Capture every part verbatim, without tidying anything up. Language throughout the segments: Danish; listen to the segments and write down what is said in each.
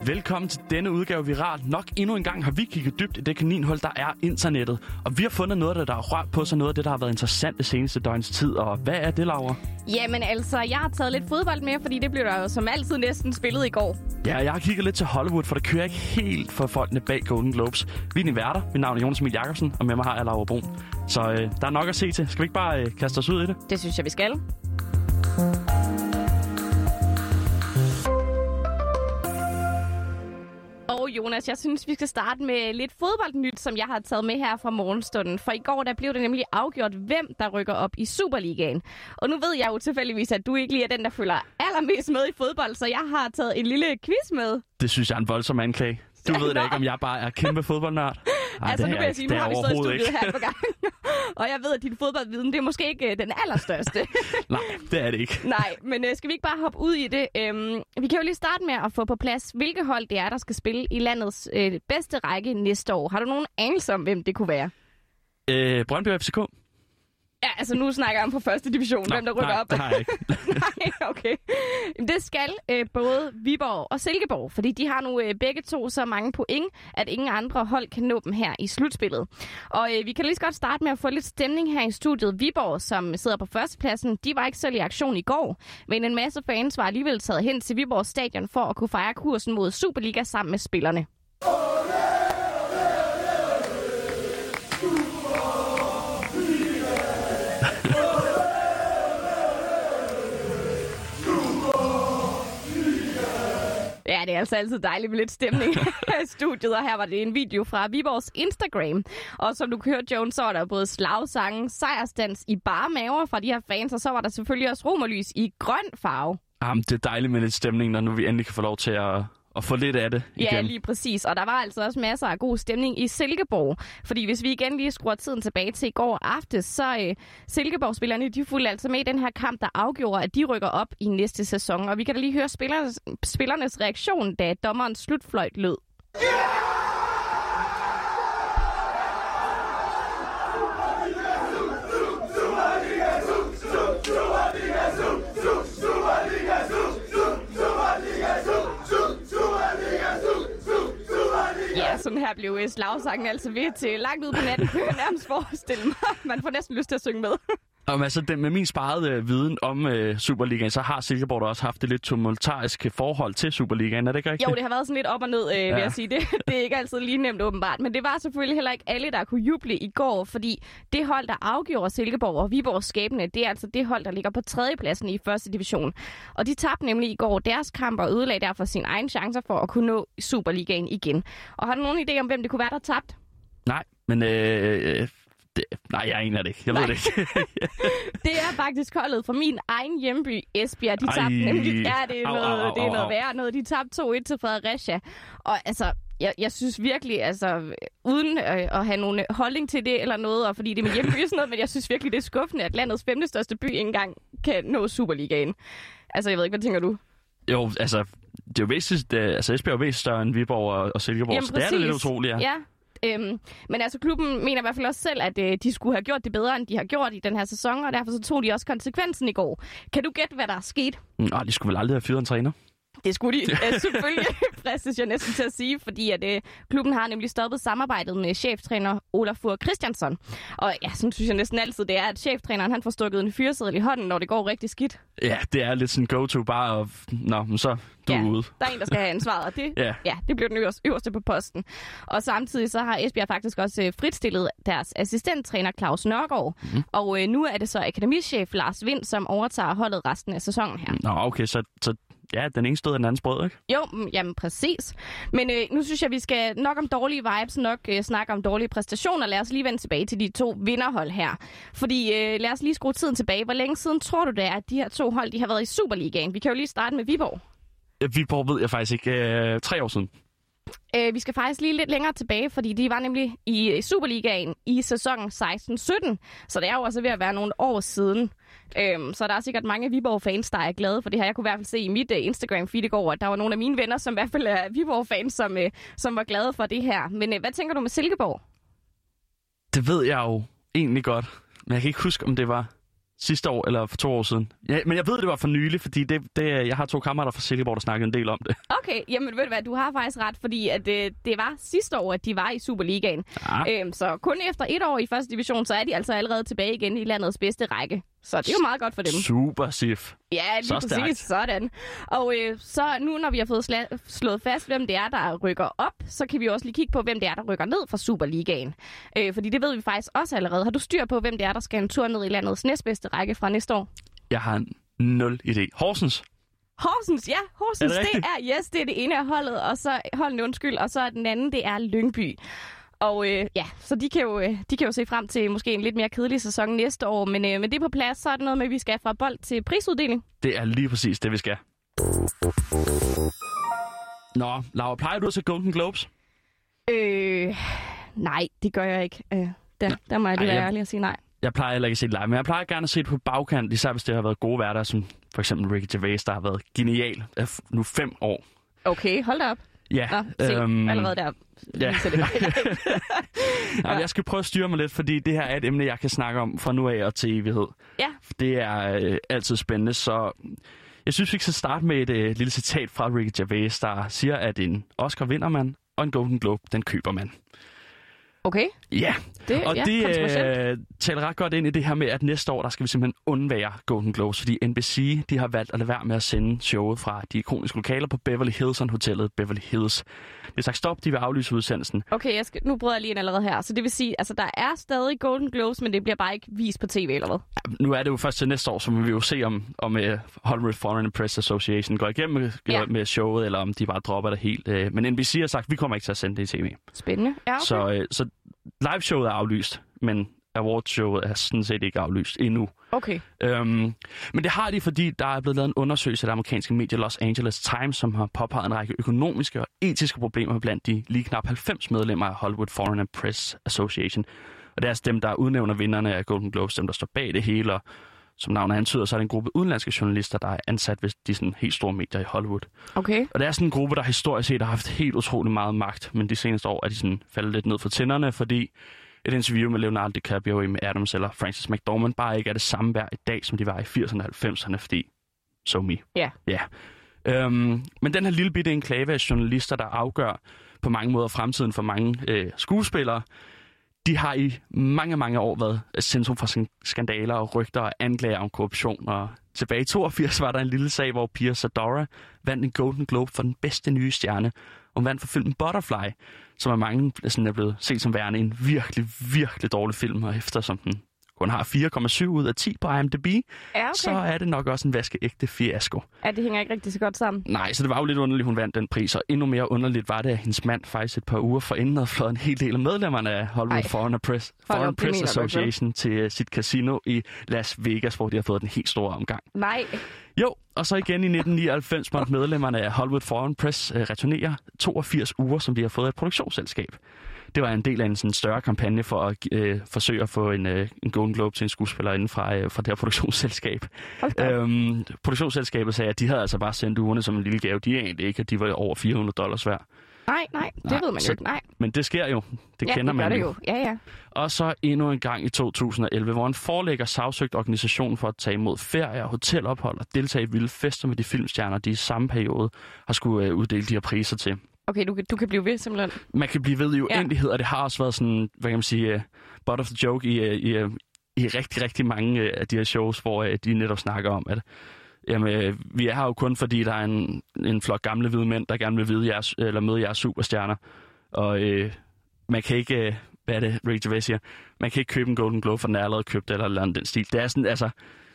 Velkommen til denne udgave Viral. Nok endnu en gang har vi kigget dybt i det kaninhul, der er internettet. Og vi har fundet noget, der har rørt på sig, noget af det, der har været interessant det seneste døgns tid. Og hvad er det, Laura? Jamen altså, jeg har taget lidt fodbold med, fordi det blev der jo som altid næsten spillet i går. Ja, jeg har kigget lidt til Hollywood, for det kører ikke helt for folkene bag Golden Globes. Vi er dine værter. Mit navn er Jonas Emil Jakobsen, og med mig har jeg Laura Brun. Så øh, der er nok at se til. Skal vi ikke bare øh, kaste os ud i det? Det synes jeg, vi skal. Og Jonas, jeg synes, vi skal starte med lidt fodboldnyt, som jeg har taget med her fra morgenstunden. For i går, der blev det nemlig afgjort, hvem der rykker op i Superligaen. Og nu ved jeg jo tilfældigvis, at du ikke lige er den, der følger allermest med i fodbold, så jeg har taget en lille quiz med. Det synes jeg er en voldsom anklage. Du ved da ikke, om jeg bare er kæmpe fodboldnørd. Ej, altså, nu vil jeg sige, nu har vi stået i studiet ikke. her på gang. Og jeg ved, at din fodboldviden, det er måske ikke den allerstørste. Nej, det er det ikke. Nej, men øh, skal vi ikke bare hoppe ud i det? Øhm, vi kan jo lige starte med at få på plads, hvilke hold det er, der skal spille i landets øh, bedste række næste år. Har du nogen anelse om, hvem det kunne være? Øh, Brøndby F C K. Ja, altså nu snakker jeg om på første division, Nå, hvem der rykker nej, op. det har jeg ikke. Nej, okay. Det skal øh, både Viborg og Silkeborg, fordi de har nu øh, begge to så mange point, at ingen andre hold kan nå dem her i slutspillet. Og øh, vi kan lige så godt starte med at få lidt stemning her i studiet. Viborg, som sidder på førstepladsen, de var ikke selv i aktion i går, men en masse fans var alligevel taget hen til Viborg Stadion for at kunne fejre kursen mod Superliga sammen med spillerne. Ja, det er altså altid dejligt med lidt stemning i studiet, og her var det en video fra Viborgs Instagram. Og som du kan høre, Jones, så var der både slagsange, sejrsdans i bare maver fra de her fans, og så var der selvfølgelig også romerlys i grøn farve. Jamen, det er dejligt med lidt stemning, når nu vi endelig kan få lov til at... og få lidt af det igen. Ja, lige præcis. Og der var altså også masser af god stemning i Silkeborg. Fordi hvis vi igen lige skruer tiden tilbage til i går aftes, så øh, Silkeborg-spillerne, de fulgte altså med i den her kamp, der afgjorde, at de rykker op i næste sæson. Og vi kan da lige høre spillernes, spillernes reaktion, da dommerens slutfløjt lød. Ja, sådan her blev slagsangen altså ved til langt ud på natten, kunne jeg nærmest forestille mig. Man får næsten lyst til at synge med. Og altså, den, med min sparede øh, viden om øh, Superligaen, så har Silkeborg også haft det lidt tumultariske forhold til Superligaen, er det ikke rigtigt? Jo, det har været sådan lidt op og ned, øh, ja. vil jeg sige. Det, det er ikke altid lige nemt åbenbart. Men det var selvfølgelig heller ikke alle, der kunne juble i går, fordi det hold, der afgjorde Silkeborg og Viborgs skæbne, det er altså det hold, der ligger på tredjepladsen i første division. Og de tabte nemlig i går deres kamp og ødelagde derfor sin egen chancer for at kunne nå Superligaen igen. Og har du nogen idé om, hvem det kunne være, der tabte? Nej, men... Øh, Det, nej, jeg aner det ikke. Jeg nej. ved det ikke. Det er faktisk holdet fra min egen hjemby, Esbjerg. De tabte nemlig... Ja, det er au, noget, au, au, det er noget au. værre noget. De tabte to et til Fredericia. Og altså, jeg, jeg synes virkelig, altså, uden øh, at have nogen holdning til det eller noget, og fordi det er min hjemby og sådan noget, men jeg synes virkelig, det er skuffende, at landets femte største by ikke engang kan nå Superligaen. Altså, jeg ved ikke, hvad tænker du? Jo, altså, det er jo væsentligt... Altså, Esbjerg er væsentligt større end Viborg og, og Silkeborg, Jamen, så det er det lidt utroligt, ja. Ja. Øhm, men altså klubben mener i hvert fald også selv, at øh, de skulle have gjort det bedre, end de har gjort i den her sæson, og derfor så tog de også konsekvensen i går. Kan du gætte, hvad der er sket? Nej, de skulle vel aldrig have fyret en træner? Det skulle de øh, selvfølgelig, fristes jeg næsten til at sige, fordi at, øh, klubben har nemlig stoppet samarbejdet med cheftræner Olafur Christiansson. Og ja, sådan synes jeg næsten altid, det er, at cheftræneren han får stukket en fyreseddel i hånden, når det går rigtig skidt. Ja, det er lidt sådan go-to bare, og nå, men så du ja, er ude. Der er en, der skal have ansvaret, og det, ja. Ja, det bliver den øverste, øverste på posten. Og samtidig så har Esbjerg faktisk også øh, fritstillet deres assistenttræner Claus Nørgaard. Mm-hmm. Og øh, nu er det så akademichef Lars Vind, som overtager holdet resten af sæsonen her. Nå, okay, så... så ja, den ene stod af den anden brød, ikke? Jo, jamen præcis. Men øh, nu synes jeg, vi skal nok om dårlige vibes, nok øh, snakke om dårlige præstationer. Lad os lige vende tilbage til de to vinderhold her. Fordi øh, lad os lige skrue tiden tilbage. Hvor længe siden tror du det er, at de her to hold de har været i Superligaen? Vi kan jo lige starte med Viborg. Viborg ved jeg faktisk ikke. Øh, tre år siden. Øh, vi skal faktisk lige lidt længere tilbage, fordi de var nemlig i Superligaen i sæsonen seksten sytten. Så det er jo også ved at være nogle år siden. Øhm, så der er sikkert mange Viborg-fans, der er glade for det her. Jeg kunne i hvert fald se i mit uh, Instagram-feed i går, at der var nogle af mine venner, som i hvert fald er Viborg-fans, som, uh, som var glade for det her. Men uh, hvad tænker du med Silkeborg? Det ved jeg jo egentlig godt. Men jeg kan ikke huske, om det var sidste år, eller for to år siden. Ja, men jeg ved, det var for nylig, fordi det, det, jeg har to kammerater fra Silkeborg, der snakkede en del om det. Okay, jamen ved du hvad, du har faktisk ret, fordi at, øh, det var sidste år, at de var i Superligaen. Ja. Øhm, så kun efter et år i første division, så er de altså allerede tilbage igen i landets bedste række. Så det er jo meget godt for dem. Super, Sif. Ja, lige så præcis. Sådan. Og øh, så nu, når vi har fået sla- slået fast, hvem det er, der rykker op, så kan vi også lige kigge på, hvem det er, der rykker ned fra Superligaen. Øh, fordi det ved vi faktisk også allerede. Har du styr på, hvem det er, der skal en tur ned i landets næstbedste række fra næste år? Jeg har nul idé. Horsens? Horsens, ja. Horsens, er det, det er, yes, det er det ene af holdet, og så holden undskyld, og så den anden, det er Lyngby. Og øh, ja, så de kan, jo, de kan jo se frem til måske en lidt mere kedelig sæson næste år. Men øh, med det på plads, så er det noget med, at vi skal fra bold til prisuddeling. Det er lige præcis det, vi skal. Nå, Laura, plejer du at se Golden Globes? Øh, nej, det gør jeg ikke. Øh, der, der må jeg lige være ærlig at sige nej. Jeg plejer heller ikke at se det live, men jeg plejer gerne at se det på bagkant, især hvis det har været gode værter, som for eksempel Ricky Gervais, der har været genial nu fem år. Okay, hold da op. Ja. Nå, se, øhm, allerede der. Ja. Det ja. Jeg skal prøve at styre mig lidt, fordi det her er et emne, jeg kan snakke om fra nu af og til evighed. Ja. Det er øh, altid spændende, så jeg synes, vi skal starte med et øh, lille citat fra Ricky Gervais, der siger, at en Oscar vinder man, og en Golden Globe, den køber man. Okay. Ja, det, og ja, det øh, taler ret godt ind i det her med, at næste år, der skal vi simpelthen undvære Golden Globes, fordi N B C, de har valgt at lade være med at sende showet fra de ikoniske lokaler på Beverly Hills Hotellet Beverly Hills. Det er sagt stop, de vil aflyse udsendelsen. Okay, jeg skal, nu bryder jeg lige ind allerede her. Så det vil sige, altså der er stadig Golden Globes, men det bliver bare ikke vist på tv, eller hvad? Ja, nu er det jo først til næste år, så vi vil jo se, om, om uh, Hollywood Foreign Press Association går igennem med, ja. med showet, eller om de bare dropper det helt. Uh, men N B C har sagt, at vi kommer ikke til at sende det i tv. Spændende. Ja, okay. Så, uh, så liveshowet er aflyst, men awardsshowet er sådan set ikke aflyst endnu. Okay. Øhm, men det har de, fordi der er blevet lavet en undersøgelse af det amerikanske medie Los Angeles Times, som har påpeget en række økonomiske og etiske problemer blandt de lige knap halvfems medlemmer af Hollywood Foreign Press Association. Og det er altså dem, der udnævner vinderne af Golden Globes, dem der står bag det hele, og som navnet antyder, så er det en gruppe udenlandske journalister, der er ansat ved de sådan helt store medier i Hollywood. Okay. Og det er sådan en gruppe, der historisk set har haft helt utrolig meget magt, men de seneste år er de sådan faldet lidt ned for tænderne, fordi et interview med Leonardo DiCaprio, Amy Adams eller Frances McDormand bare ikke er det samme værd i dag, som de var i firserne og halvfemserne, fordi so me. Ja. Ja. Øhm, men den her lille bitte enklave af journalister, der afgør på mange måder fremtiden for mange øh, skuespillere, de har i mange, mange år været centrum for skandaler og rygter og anklager om korruption. Og tilbage i toogfirs var der en lille sag, hvor Pia Zadora vandt en Golden Globe for den bedste nye stjerne. Hun vandt for filmen Butterfly, som er mange sådan er blevet set som værende en virkelig, virkelig dårlig film. Og eftersom den kun har fire komma syv ud af ti på I M D B, ja, okay. så er det nok også en vaskeægte fiasko. Ja, det hænger ikke rigtig så godt sammen. Nej, så det var jo lidt underligt, hun vandt den pris, og endnu mere underligt var det, at hendes mand faktisk et par uger forinden havde flået en hel del af medlemmerne af Hollywood Ej. Foreign Press, Foreign Press Association til sit casino i Las Vegas, hvor de har fået den helt store omgang. Nej. Jo, og så igen i nitten nioghalvfems måtte medlemmerne af Hollywood Foreign Press uh, returnere toogfirs uger, som de har fået af et produktionsselskab. Det var en del af en sådan større kampagne for at øh, forsøge at få en, øh, en Golden Globe til en skuespiller inden fra, øh, fra det her produktionsselskab. Okay. Øhm, produktionsselskabet sagde, at de havde altså bare sendt ugerne som en lille gave. De egentlig ikke, at de var over fire hundrede dollars værd. Nej, nej, det nej, ved man jo ikke, nej. Men det sker jo. Det ja, kender det man det jo. jo. Ja, ja. Og så endnu en gang i to tusind og elleve, hvor en forlægger sagsøgt organisationen for at tage imod ferie og hotelophold og deltage i vilde fester med de filmstjerner, de i samme periode har skulle øh, uddele de her priser til. Okay, du, du kan blive ved simpelthen. Man kan blive ved i uendelighed, ja. Og det har også været sådan, hvad kan man sige, uh, butt of the joke i, uh, i, uh, i rigtig, rigtig mange uh, af de her shows, hvor uh, de netop snakker om, at jamen, uh, vi er her jo kun, fordi der er en, en flok gamle hvide mænd, der gerne vil vide jeres, eller møde jeres superstjerner. Og uh, man kan ikke, uh, hvad er det, Ricky Gervais siger, man kan ikke købe en Golden Globe, for den er allerede købt, eller eller andet den stil. Det er sådan, altså,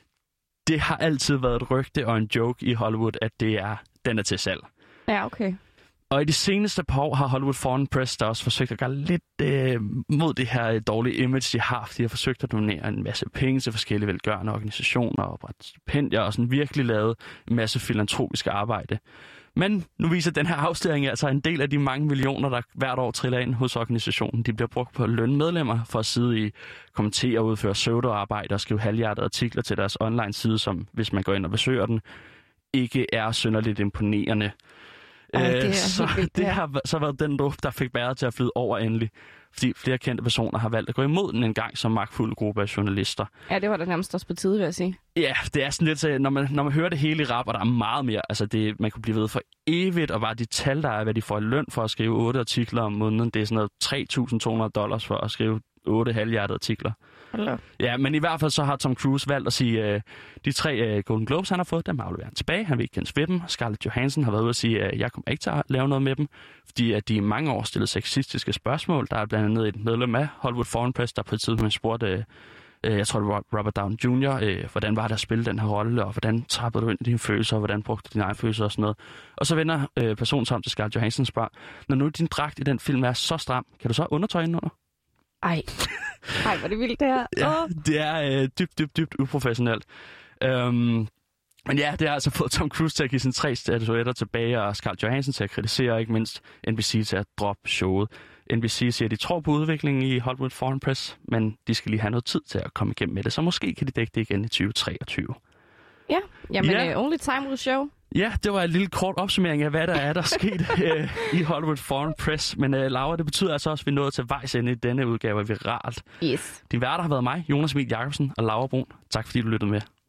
det har altid været et rygte og en joke i Hollywood, at det er, den er til salg. Ja, okay. Og i de seneste par år har Hollywood Foreign Press der også forsøgt at gøre lidt øh, mod det her dårlige image, de har haft. De har forsøgt at donere en masse penge til forskellige velgørende organisationer og oprette stipendier og sådan virkelig lavet en masse filantropisk arbejde. Men nu viser den her afsløring altså en del af de mange millioner, der hvert år triller ind hos organisationen. De bliver brugt på at lønne medlemmer for at sidde i kommentere og udføre pseudoarbejde og skrive halvhjertede artikler til deres online side, som hvis man går ind og besøger den, ikke er synderligt imponerende. Ej, det, er så helt vildt, det ja. har så været den luft, der fik bæret til at flyde over endelig. Fordi flere kendte personer har valgt at gå imod den en gang som magtfulde gruppe af journalister. Ja, det var da nærmest også på tide, vil jeg sige. Ja, det er sådan lidt, så, når man, når man hører det hele i rap, og der er meget mere, altså det, man kunne blive ved for evigt, og bare de tal, der er, hvad de får i løn for at skrive otte artikler om måneden, det er sådan noget tre tusind to hundrede dollars for at skrive otte halvhjertede artikler. Hello. Ja, men i hvert fald så har Tom Cruise valgt at sige, at øh, de tre øh, Golden Globes, han har fået, dem afleverer han tilbage. Han vil ikke kendes ved dem. Scarlett Johansson har været ude at sige, at jeg kommer ikke til at lave noget med dem, fordi at de i mange år stillede sexistiske spørgsmål. Der er blandt andet et medlem af Hollywood Foreign Press, der på et tidspunkt spurgte, øh, øh, jeg tror det var Robert Downey junior, øh, hvordan var det at spille den her rolle, og hvordan trappede du ind i dine følelser, og hvordan brugte du dine egne følelser og sådan noget. Og så vender øh, personen sig om til Scarlett Johansson og spørger, når nu din dragt i den film er så stram, kan du så undertøje indenunder? Ej. Ej, hvor er det vildt, det her. Ja, oh. det er øh, dybt, dybt, dybt uprofessionelt. Øhm, men ja, det har altså fået Tom Cruise til at give sine tre statuetter tilbage, og Scarlett Johansson til at kritisere, og ikke mindst N B C til at droppe showet. N B C siger, at de tror på udviklingen i Hollywood Foreign Press, men de skal lige have noget tid til at komme igennem med det, så måske kan de dække det igen i tyve treogtyve. Ja, jamen Ja. uh, only time will show. Ja, det var en lille kort opsummering af, hvad der er, der er sket øh, i Hollywood Foreign Press. Men øh, Laura, det betyder altså også, at vi er nået til vejs ende i denne udgave af Viralt. Yes. Din værter har været mig, Jonas Emil Jacobsen og Laura Brun. Tak fordi du lyttede med.